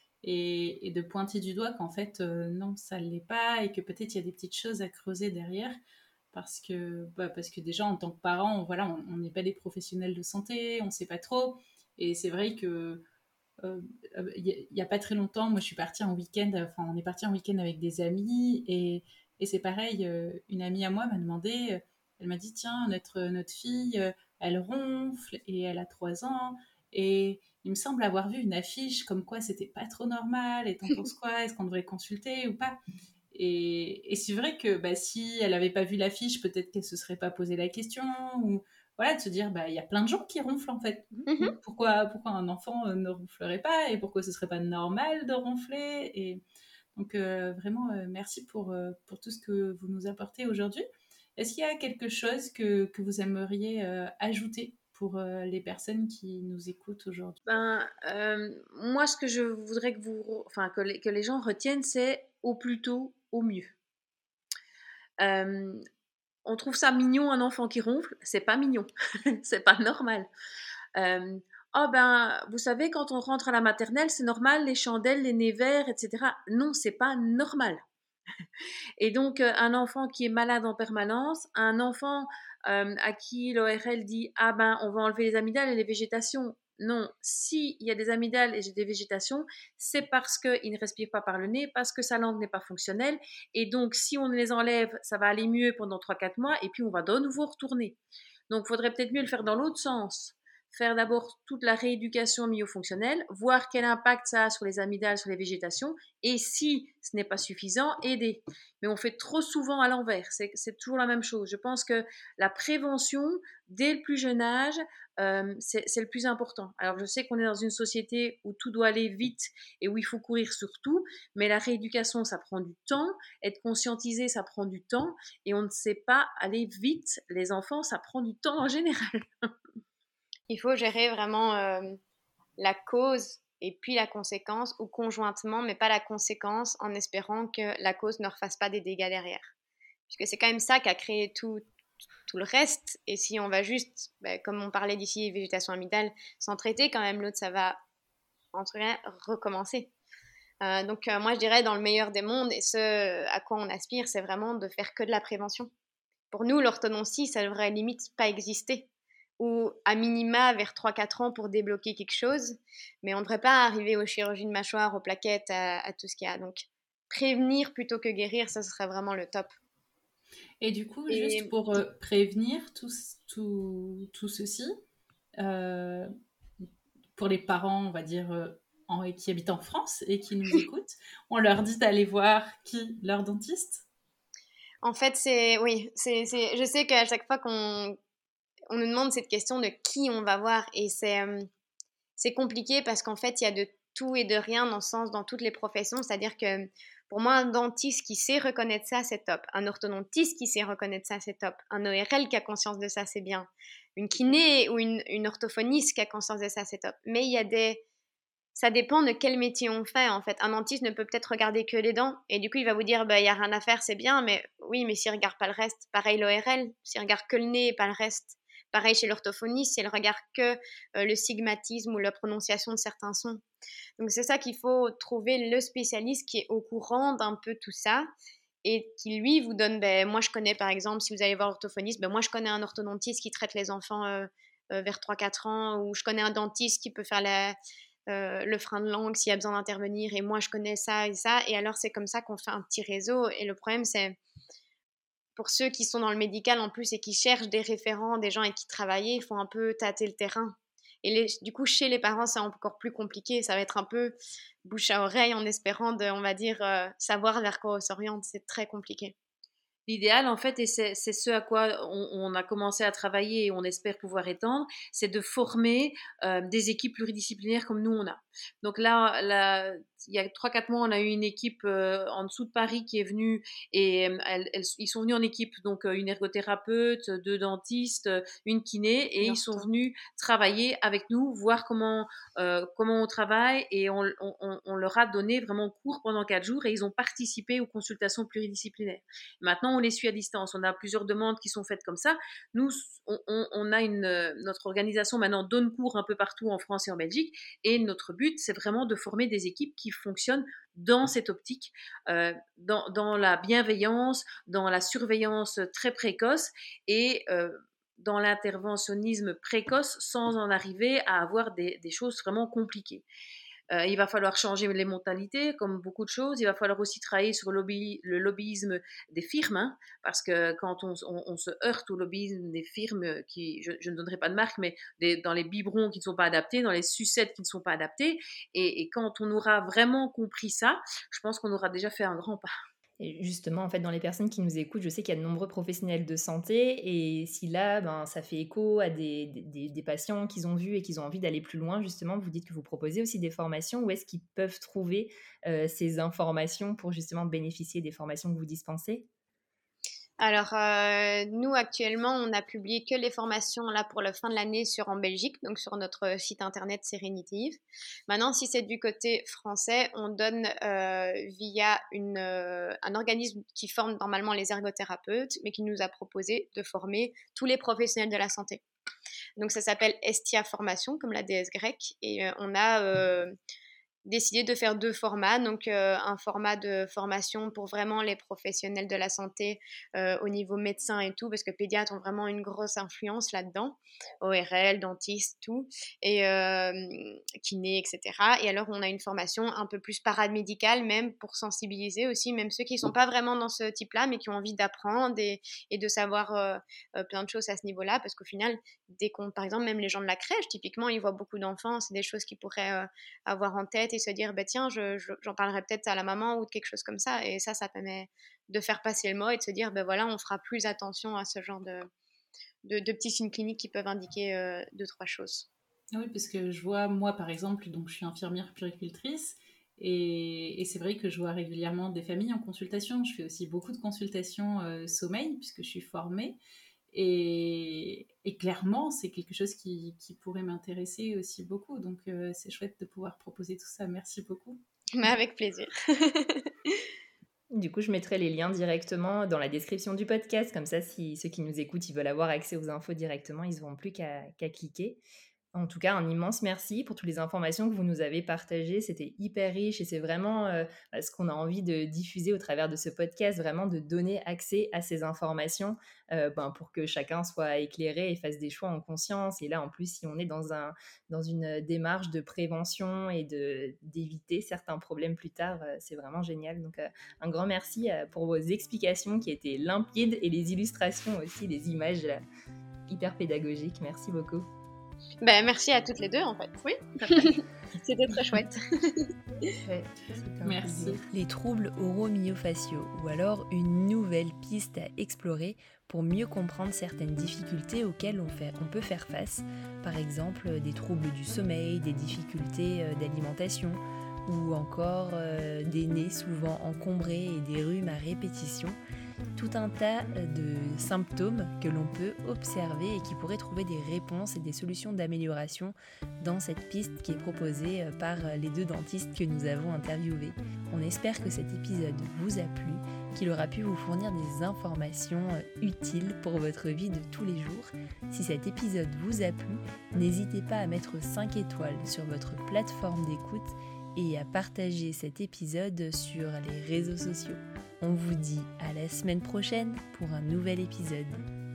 Et, et de pointer du doigt qu'en fait, euh, non, ça ne l'est pas, et que peut-être il y a des petites choses à creuser derrière, parce que, bah, parce que déjà, en tant que parents, voilà, on n'est pas des professionnels de santé, on ne sait pas trop. Et c'est vrai que euh, il n'y a, a pas très longtemps, moi je suis partie en week-end, enfin on est parti en week-end avec des amis et, et c'est pareil, euh, une amie à moi m'a demandé, euh, elle m'a dit tiens, notre, notre fille, euh, elle ronfle et elle a trois ans et il me semble avoir vu une affiche comme quoi c'était pas trop normal et t'en penses quoi, est-ce qu'on devrait consulter ou pas? Et, et c'est vrai que bah, si elle n'avait pas vu l'affiche, peut-être qu'elle ne se serait pas posé la question ou voilà, de se dire, bah, il y a plein de gens qui ronflent en fait. Mhm. Pourquoi, pourquoi un enfant euh, ne ronflerait pas et pourquoi ce serait pas normal de ronfler et donc euh, vraiment, euh, merci pour, euh, pour tout ce que vous nous apportez aujourd'hui. Est-ce qu'il y a quelque chose que, que vous aimeriez euh, ajouter pour euh, les personnes qui nous écoutent aujourd'hui? Ben, euh, moi, ce que je voudrais que, vous, enfin, que, les, que les gens retiennent, c'est au plus tôt, au mieux. Euh, on trouve ça mignon, un enfant qui ronfle, c'est pas mignon, c'est pas normal. Euh, oh ben, vous savez, quand on rentre à la maternelle, c'est normal, les chandelles, les nez verts, et cetera. Non, c'est pas normal. Et donc, euh, un enfant qui est malade en permanence, un enfant euh, à qui l'O R L dit ah ben, on va enlever les amygdales et les végétations. Non, s'il y a des amygdales et des végétations, c'est parce qu'il ne respire pas par le nez, parce que sa langue n'est pas fonctionnelle. Et donc, si on les enlève, ça va aller mieux pendant trois quatre mois, et puis on va de nouveau retourner. Donc, il faudrait peut-être mieux le faire dans l'autre sens. Faire d'abord toute la rééducation myofonctionnelle, voir quel impact ça a sur les amygdales, sur les végétations, et si ce n'est pas suffisant, aider. Mais on fait trop souvent à l'envers, c'est, c'est toujours la même chose. Je pense que la prévention, dès le plus jeune âge, euh, c'est, c'est le plus important. Alors je sais qu'on est dans une société où tout doit aller vite et où il faut courir sur tout, mais la rééducation, ça prend du temps, être conscientisé, ça prend du temps, et on ne sait pas aller vite. Les enfants, ça prend du temps en général. Il faut gérer vraiment euh, la cause et puis la conséquence, ou conjointement, mais pas la conséquence, en espérant que la cause ne refasse pas des dégâts derrière. Puisque c'est quand même ça qui a créé tout, tout le reste. Et si on va juste, ben, comme on parlait d'ici, végétation amygdale, sans traiter, quand même, l'autre, ça va, entre rien, recommencer. Euh, donc, euh, moi, je dirais, dans le meilleur des mondes, et ce à quoi on aspire, c'est vraiment de faire que de la prévention. Pour nous, l'orthodontie, ça devrait limite pas exister. Ou à minima vers trois quatre ans pour débloquer quelque chose. Mais on ne devrait pas arriver aux chirurgies de mâchoire, aux plaquettes, à, à tout ce qu'il y a. Donc, prévenir plutôt que guérir, ça, ce serait vraiment le top. Et du coup, Et... juste pour euh, prévenir tout, tout, tout ceci, euh, pour les parents, on va dire, euh, en, qui habitent en France et qui nous écoutent, on leur dit d'aller voir qui? Leur dentiste? En fait, c'est... Oui, c'est, c'est, je sais qu'à chaque fois qu'on on nous demande cette question de qui on va voir, et c'est, euh, c'est compliqué parce qu'en fait, il y a de tout et de rien dans le sens, dans toutes les professions. C'est-à-dire que pour moi, un dentiste qui sait reconnaître ça, c'est top. Un orthodontiste qui sait reconnaître ça, c'est top. Un O R L qui a conscience de ça, c'est bien. Une kiné ou une, une orthophoniste qui a conscience de ça, c'est top. Mais il y a des... Ça dépend de quel métier on fait, en fait. Un dentiste ne peut peut-être regarder que les dents, et du coup, il va vous dire, bah, il n'y a rien à faire, c'est bien, mais oui, mais s'il ne regarde pas le reste, pareil l'O R L, s'il regarde que le nez et pas le reste. Pareil chez l'orthophoniste, s'il regarde que euh, le stigmatisme ou la prononciation de certains sons. Donc c'est ça qu'il faut trouver, le spécialiste qui est au courant d'un peu tout ça et qui lui vous donne, ben, moi je connais par exemple, si vous allez voir l'orthophoniste, ben, moi je connais un orthodontiste qui traite les enfants euh, euh, vers trois quatre ans, ou je connais un dentiste qui peut faire la, euh, le frein de langue s'il y a besoin d'intervenir, et moi je connais ça et ça, et alors c'est comme ça qu'on fait un petit réseau. Et le problème c'est, pour ceux qui sont dans le médical en plus et qui cherchent des référents, des gens avec qui travailler, il faut un peu tâter le terrain. Et les, du coup, chez les parents, c'est encore plus compliqué. Ça va être un peu bouche à oreille en espérant de, on va dire, euh, savoir vers quoi on s'oriente. C'est très compliqué. L'idéal, en fait, et c'est, c'est ce à quoi on, on a commencé à travailler et on espère pouvoir étendre, c'est de former euh, des équipes pluridisciplinaires comme nous on a. Donc là, là il y a trois quatre mois, on a eu une équipe euh, en dessous de Paris qui est venue, et euh, elles, elles, ils sont venus en équipe, donc euh, une ergothérapeute, deux dentistes, une kiné, et ils sont venus travailler avec nous, voir comment, euh, comment on travaille, et on, on, on leur a donné vraiment cours pendant quatre jours, et ils ont participé aux consultations pluridisciplinaires. Maintenant, on les suit à distance. On a plusieurs demandes qui sont faites comme ça. Nous, on, on, on a une, notre organisation maintenant donne cours un peu partout en France et en Belgique, et notre but, c'est vraiment de former des équipes qui fonctionnent dans cette optique, euh, dans, dans la bienveillance, dans la surveillance très précoce, et euh, dans l'interventionnisme précoce, sans en arriver à avoir des, des choses vraiment compliquées. Euh, il va falloir changer les mentalités, comme beaucoup de choses. Il va falloir aussi travailler sur le, lobby, le lobbyisme des firmes, hein, parce que quand on, on, on se heurte au lobbyisme des firmes, qui, je, je ne donnerai pas de marque, mais des, dans les biberons qui ne sont pas adaptés, dans les sucettes qui ne sont pas adaptées, et, et quand on aura vraiment compris ça, je pense qu'on aura déjà fait un grand pas. Et justement, en fait, dans les personnes qui nous écoutent, je sais qu'il y a de nombreux professionnels de santé, et si là, ben, ça fait écho à des, des, des patients qu'ils ont vus et qu'ils ont envie d'aller plus loin, justement, vous dites que vous proposez aussi des formations. Où est-ce qu'ils peuvent trouver euh, ces informations pour justement bénéficier des formations que vous dispensez ? Alors, euh, nous, actuellement, on a publié que les formations là pour la fin de l'année sur en Belgique, donc sur notre site internet Sérénitive. Maintenant, si c'est du côté français, on donne euh, via une, euh, un organisme qui forme normalement les ergothérapeutes, mais qui nous a proposé de former tous les professionnels de la santé. Donc, ça s'appelle Estia Formation, comme la déesse grecque, et euh, on a... Euh, décidé de faire deux formats, donc euh, un format de formation pour vraiment les professionnels de la santé euh, au niveau médecin et tout, parce que pédiatres ont vraiment une grosse influence là-dedans, O R L, dentiste, tout, et euh, kiné, et cetera. Et alors on a une formation un peu plus paramédicale, même pour sensibiliser aussi, même ceux qui ne sont pas vraiment dans ce type-là, mais qui ont envie d'apprendre et, et de savoir euh, euh, plein de choses à ce niveau-là, parce qu'au final, dès qu'on, par exemple, même les gens de la crèche, typiquement, ils voient beaucoup d'enfants, c'est des choses qu'ils pourraient euh, avoir en tête et se dire, bah, tiens, je, je, j'en parlerai peut-être à la maman ou de quelque chose comme ça. Et ça, ça permet de faire passer le mot et de se dire, ben voilà, on fera plus attention à ce genre de, de, de petits signes cliniques qui peuvent indiquer euh, deux, trois choses. Oui, parce que je vois, moi, par exemple, donc je suis infirmière puéricultrice et, et c'est vrai que je vois régulièrement des familles en consultation. Je fais aussi beaucoup de consultations euh, sommeil puisque je suis formée. Et, et clairement, c'est quelque chose qui, qui pourrait m'intéresser aussi beaucoup. Donc, euh, c'est chouette de pouvoir proposer tout ça. Merci beaucoup. Mais avec plaisir. Du coup, je mettrai les liens directement dans la description du podcast. Comme ça, si ceux qui nous écoutent, ils veulent avoir accès aux infos directement, ils n'auront plus qu'à, qu'à cliquer. En tout cas, un immense merci pour toutes les informations que vous nous avez partagées. C'était hyper riche et c'est vraiment euh, ce qu'on a envie de diffuser au travers de ce podcast, vraiment de donner accès à ces informations euh, ben, pour que chacun soit éclairé et fasse des choix en conscience. Et là, en plus, si on est dans, un, dans une démarche de prévention et de, d'éviter certains problèmes plus tard, euh, c'est vraiment génial. Donc, euh, un grand merci euh, pour vos explications qui étaient limpides et les illustrations aussi, les images là, hyper pédagogiques. Merci beaucoup. Ben, merci à toutes les deux en fait. Oui, c'était très chouette. Ouais, merci. Les troubles oro-myofasciaux ou alors une nouvelle piste à explorer pour mieux comprendre certaines difficultés auxquelles on, fait, on peut faire face. Par exemple, des troubles du sommeil, des difficultés d'alimentation ou encore euh, des nez souvent encombrés et des rhumes à répétition. Tout un tas de symptômes que l'on peut observer et qui pourraient trouver des réponses et des solutions d'amélioration dans cette piste qui est proposée par les deux dentistes que nous avons interviewés. On espère que cet épisode vous a plu, qu'il aura pu vous fournir des informations utiles pour votre vie de tous les jours. Si cet épisode vous a plu, n'hésitez pas à mettre cinq étoiles sur votre plateforme d'écoute et à partager cet épisode sur les réseaux sociaux. On vous dit à la semaine prochaine pour un nouvel épisode.